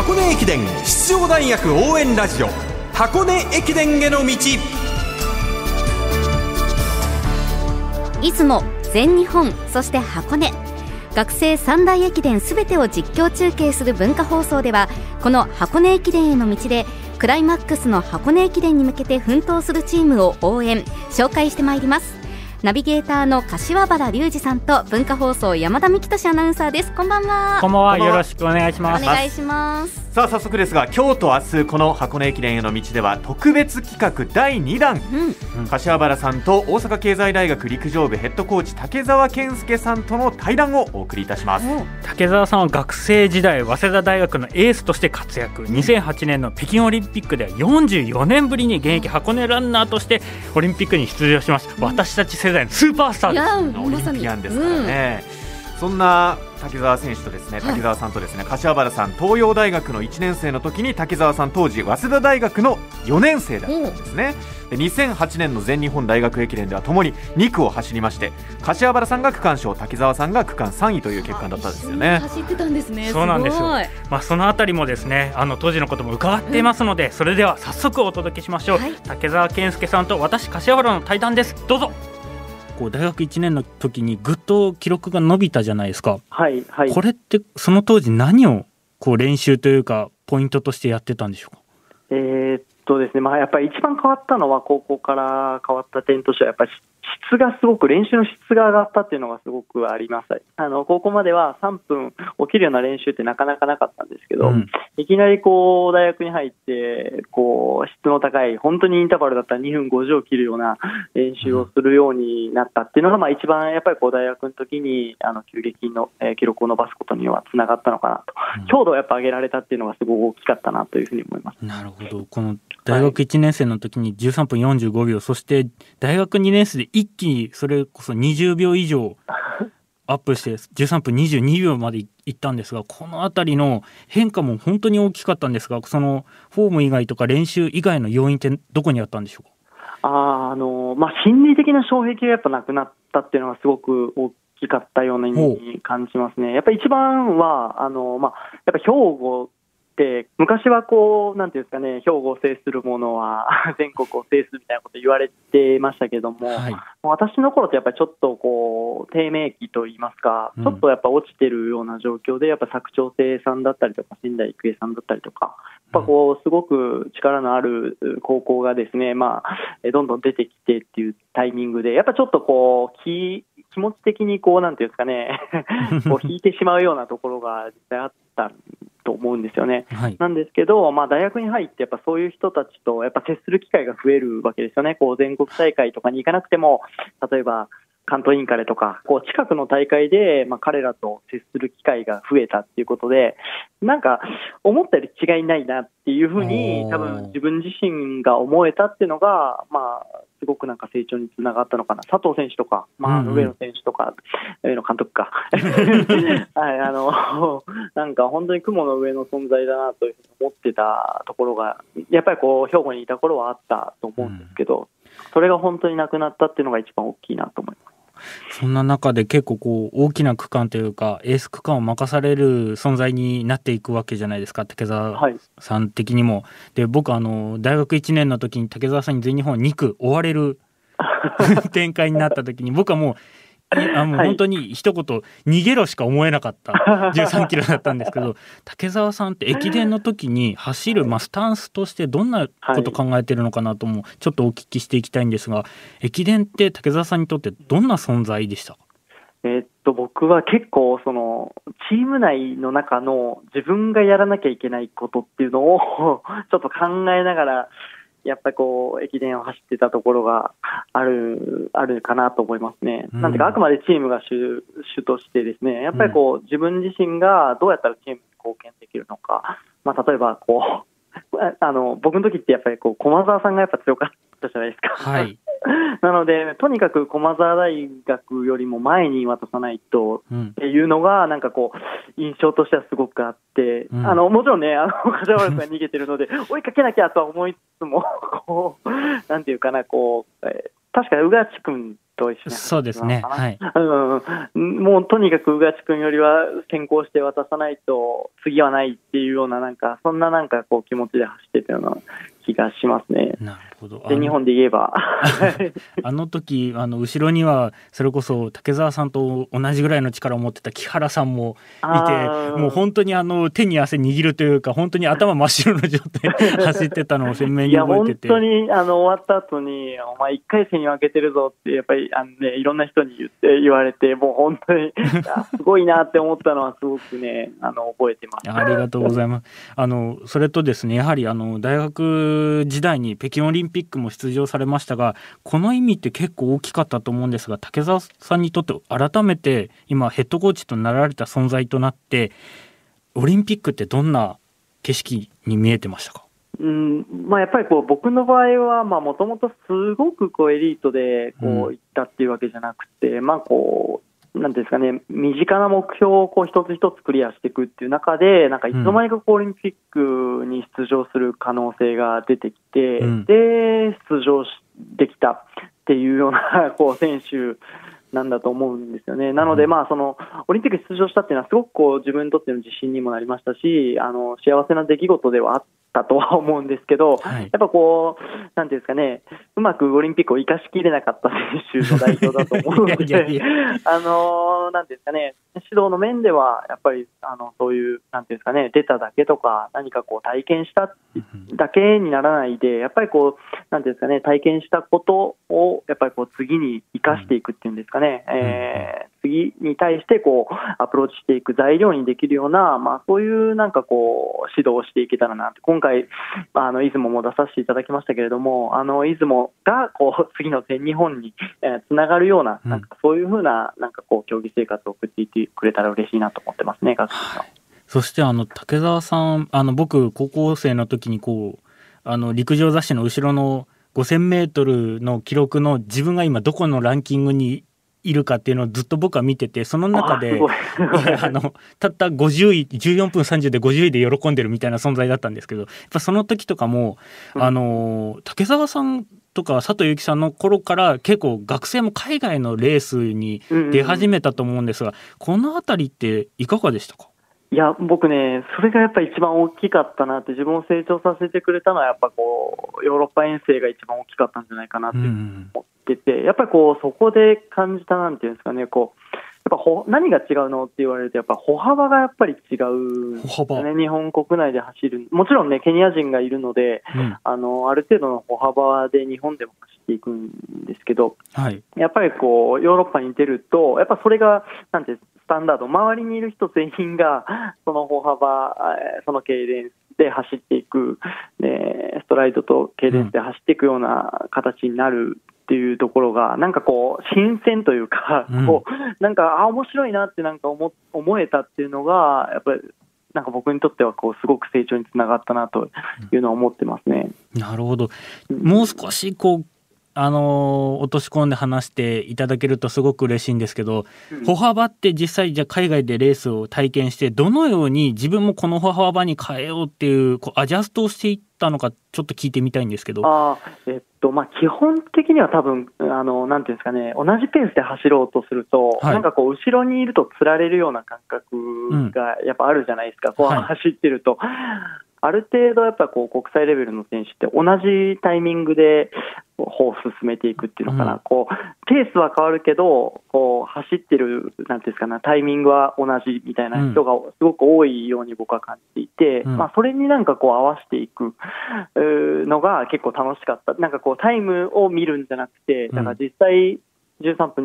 箱根駅伝出場大学応援ラジオ、箱根駅伝への道。 出雲、全日本、そして箱根、学生三大駅伝すべてを実況中継する文化放送では、この箱根駅伝への道でクライマックスの箱根駅伝に向けて奮闘するチームを応援紹介してまいります。ナビゲーターの柏原隆二さんと文化放送山田美希俊アナウンサーです。こんばんは。 こんばんは。よろしくお願いします。 お願いします。 さあ早速ですが、今日と明日この箱根駅伝への道では特別企画第2弾、柏原さんと大阪経済大学陸上部ヘッドコーチ竹澤健介さんとの対談をお送りいたします。 竹澤さんは学生時代早稲田大学のエースとして活躍、2008年の北京オリンピックでは44年ぶりに現役箱根ランナーとしてオリンピックに出場しました。私たち世代のスーパースターです。 オリンピアンですからね、そんな竹澤選手とですね、竹澤さんとですね、柏原さん東洋大学の1年生の時に竹澤さん当時早稲田大学の4年生だったんですね。で2008年の全日本大学駅伝ではともに2区を走りまして、柏原さんが区間賞、竹澤さんが区間3位という結果だったんですよね。 走ってたんですね。 そうなんですよ。そのあたりもですね、当時のことも伺っていますので、それでは早速お届けしましょう。竹澤健介さんと私柏原の対談です。どうぞ。大学1年の時にぐっと記録が伸びたじゃないですか。 はいはい。 これってその当時何を練習というかポイントとしてやってたんでしょうか。 ですね、やっぱり一番変わったのは高校から変わった点としてはやっぱり質がすごく、練習の質が上がったっていうのがすごくあります。高校までは3分起きるような練習ってなかなかなかったんですけど、いきなり大学に入って質の高い、本当にインターバルだったら2分50を切るような練習をするようになったっていうのが、一番やっぱり大学の時に急激の記録を伸ばすことにはつながったのかなと、強度をやっぱ上げられたっていうのがすごく大きかったなというふうに思います。 なるほど。この大学1年生の時に13分45秒、そして大学2年生で一気にそれこそ20秒以上アップして13分22秒までいったんですが、このあたりの変化も本当に大きかったんですが、そのフォーム以外とか練習以外の要因ってどこにあったんでしょうか。 心理的な障壁がやっぱなくなったっていうのがすごく大きかったように感じますね。やっぱり一番はやっぱ兵庫で昔はなんていうんですかね、兵庫を制するものは全国を制するみたいなこと言われてましたけども、私の頃ってやっぱりちょっと低迷期といいますか、ちょっとやっぱ落ちてるような状況で、やっぱ佐久長聖さんだったりとか仙台育英さんだったりとか、やっぱすごく力のある高校がですね、どんどん出てきてっていうタイミングで、やっぱちょっと気持ち的になんていうんですかね引いてしまうようなところが実際あったと思うんですよね。なんですけど、大学に入ってやっぱそういう人たちとやっぱ接する機会が増えるわけですよね。全国大会とかに行かなくても、例えば関東インカレとか近くの大会で彼らと接する機会が増えたっていうことで、なんか思ったより違いないなっていうふうに多分自分自身が思えたっていうのがすごくなんか成長につながったのかな。佐藤選手とか、上野選手とか、上野監督かなんか本当に雲の上の存在だなというふうに思ってたところがやっぱり兵庫にいた頃はあったと思うんですけど、それが本当になくなったっていうのが一番大きいなと思います。 そんな中で結構大きな区間というかエース区間を任される存在になっていくわけじゃないですか、竹澤さん的にも。で、僕大学1年の時に竹澤さんに全日本2区追われる展開になった時に僕はもう本当に一言逃げろしか思えなかった13キロだったんですけど、竹澤さんって駅伝の時に走るスタンスとしてどんなこと考えてるのかなともちょっとお聞きしていきたいんですが、駅伝って竹澤さんにとってどんな存在でしたか。 僕は結構チーム内の中の自分がやらなきゃいけないことっていうのをちょっと考えながらやっぱり駅伝を走ってたところがあるかなと思いますね。なんていうかあくまでチームが主としてですね、やっぱり自分自身がどうやったらチームに貢献できるのか、例えば僕の時ってやっぱり駒澤さんがやっぱ強かったじゃないですか。なのでとにかく駒澤大学よりも前に渡さないとっていうのがなんか印象としてはすごくあって、もちろんね柏原さんが逃げてるので追いかけなきゃとは思いつつもなんていうかな確かに宇賀地君と一緒に、 そうですね、はい、 もうとにかく宇賀地君よりは先行して渡さないと次はないっていうような、なんかそんななんかこう気持ちで走ってたような気がしますね。 なるほど。 で日本で言えばあの時後ろにはそれこそ竹澤さんと同じぐらいの力を持ってた木原さんもいて、もう本当に手に汗握るというか、本当に頭真っ白の状態で走ってたのを鮮明に覚えてて、 いや本当に終わった後にお前1回戦に負けてるぞってやっぱりいろんな人に言われて、もう本当にすごいなって思ったのはすごくね覚えてます。 ありがとうございます。それとですね、やはり大学時代に北京オリンピックも出場されましたが、この意味って結構大きかったと思うんですが、竹澤さんにとって改めて今ヘッドコーチとなられた存在となってオリンピックってどんな景色に見えてましたか？ やっぱり僕の場合はもともとすごくエリートで行ったっていうわけじゃなくて、なんですかね、身近な目標を一つ一つクリアしていくっていう中で、なんかいつの間にかオリンピックに出場する可能性が出てきて、で出場できたっていうような選手なんだと思うんですよね。なので、そのオリンピック出場したっていうのはすごく自分にとっての自信にもなりましたし、幸せな出来事ではあったとは思うんですけど、やっぱなんていうんですかね、うまくオリンピックを生かしきれなかった選手の代表だと思うので、なんていうんですかね、指導の面ではやっぱりそういうなんていうんですかね、出ただけとか何か体験しただけにならないで、やっぱりなんていうんですかね、体験したことをやっぱり次に生かしていくっていうんですかね、次に対してアプローチしていく材料にできるような、そういうなんか指導をしていけたらなって、今回出雲も出させていただきましたけれども、出雲が次の全日本につながるような、なんかそういうふうななんか競技生活を送っていってくれたら嬉しいなと思ってますね、学生の。 そして竹澤さん、僕高校生の時に陸上雑誌の後ろの5000メートルの記録の自分が今どこのランキングにいるかっていうのをずっと僕は見てて、その中でたった50位14分30で50位で喜んでるみたいな存在だったんですけど、やっぱその時とかも、竹澤さんとか佐藤悠基さんの頃から結構学生も海外のレースに出始めたと思うんですが、このあたりっていかがでしたか？ いや僕ね、それがやっぱり一番大きかったなって、自分を成長させてくれたのはやっぱヨーロッパ遠征が一番大きかったんじゃないかなって思ってて、やっぱりそこで感じたなんていうんですかね、やっぱ何が違うのって言われると、やっぱ歩幅がやっぱり違う、ね、日本国内で走る、もちろんねケニア人がいるので、ある程度の歩幅で日本でも走っていくんですけど、やっぱりヨーロッパに出るとやっぱそれがなんてスタンダード、周りにいる人全員がその歩幅、そのケイデンスで走っていく、ストライドとケイデンスで走っていくような形になるっていうところがなんか新鮮というか、なんか面白いなってなんか思えたっていうのがやっぱりなんか僕にとってはすごく成長につながったなというのは思ってますね。 なるほど。もう少し落とし込んで話していただけるとすごく嬉しいんですけど、歩幅って実際じゃあ海外でレースを体験してどのように自分もこの歩幅に変えようっていうアジャストをしていったのかちょっと聞いてみたいんですけど。 基本的には多分なんていうんですかね、同じペースで走ろうとすると、なんか後ろにいるとつられるような感覚がやっぱあるじゃないですか、走ってると。ある程度やっぱ国際レベルの選手って同じタイミングで歩を進めていくっていうのかな、ペースは変わるけど走ってるなんていうんですかね、タイミングは同じみたいな人がすごく多いように僕は感じていて、それになんか合わせていくのが結構楽しかった。なんかタイムを見るんじゃなくて、だから実際13分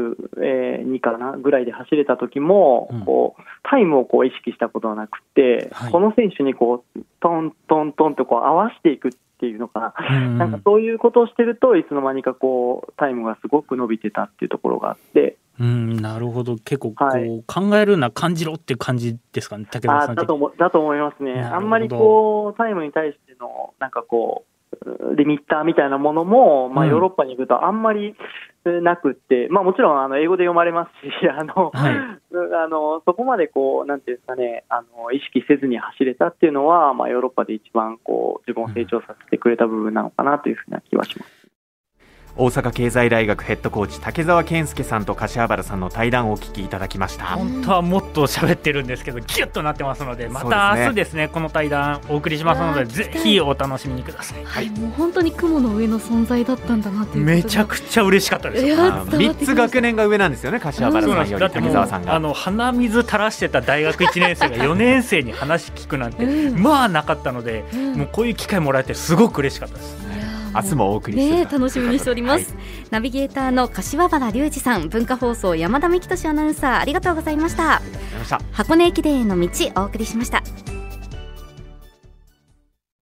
22かなぐらいで走れた時も、タイムを意識したことはなくて、この選手にトントントンと合わせていくっていうのかな、なんかそういうことをしてるといつの間にかタイムがすごく伸びてたっていうところがあって。 なるほど。結構考えるな、感じろっていう感じですかね、竹澤さん。 だと思いますね。あんまりタイムに対してのなんかリミッターみたいなものも、ヨーロッパに行くとあんまりなくって、もちろん英語で読まれますし、そこまでなんていうんですかね、意識せずに走れたっていうのは、ヨーロッパで一番自分を成長させてくれた部分なのかなというふうな気はします。 大阪経済大学ヘッドコーチ竹澤健介さんと柏原さんの対談をお聞きいただきました。 本当はもっと喋ってるんですけどギュッとなってますので、また明日ですねこの対談お送りしますのでぜひお楽しみにください。 はい、もう本当に雲の上の存在だったんだなっていうめちゃくちゃ嬉しかったですよ。 3つ学年が上なんですよね、柏原さんより竹澤さんが。 鼻水垂らしてた大学1年生が4年生に話聞くなんてまあなかったので、もうこういう機会もらえてすごく嬉しかったです。 明日もお送りして、 楽しみにしております、はい、ナビゲーターの柏原隆二さん、文化放送山田美希俊アナウンサー、ありがとうございました。箱根駅伝への道お送りしました。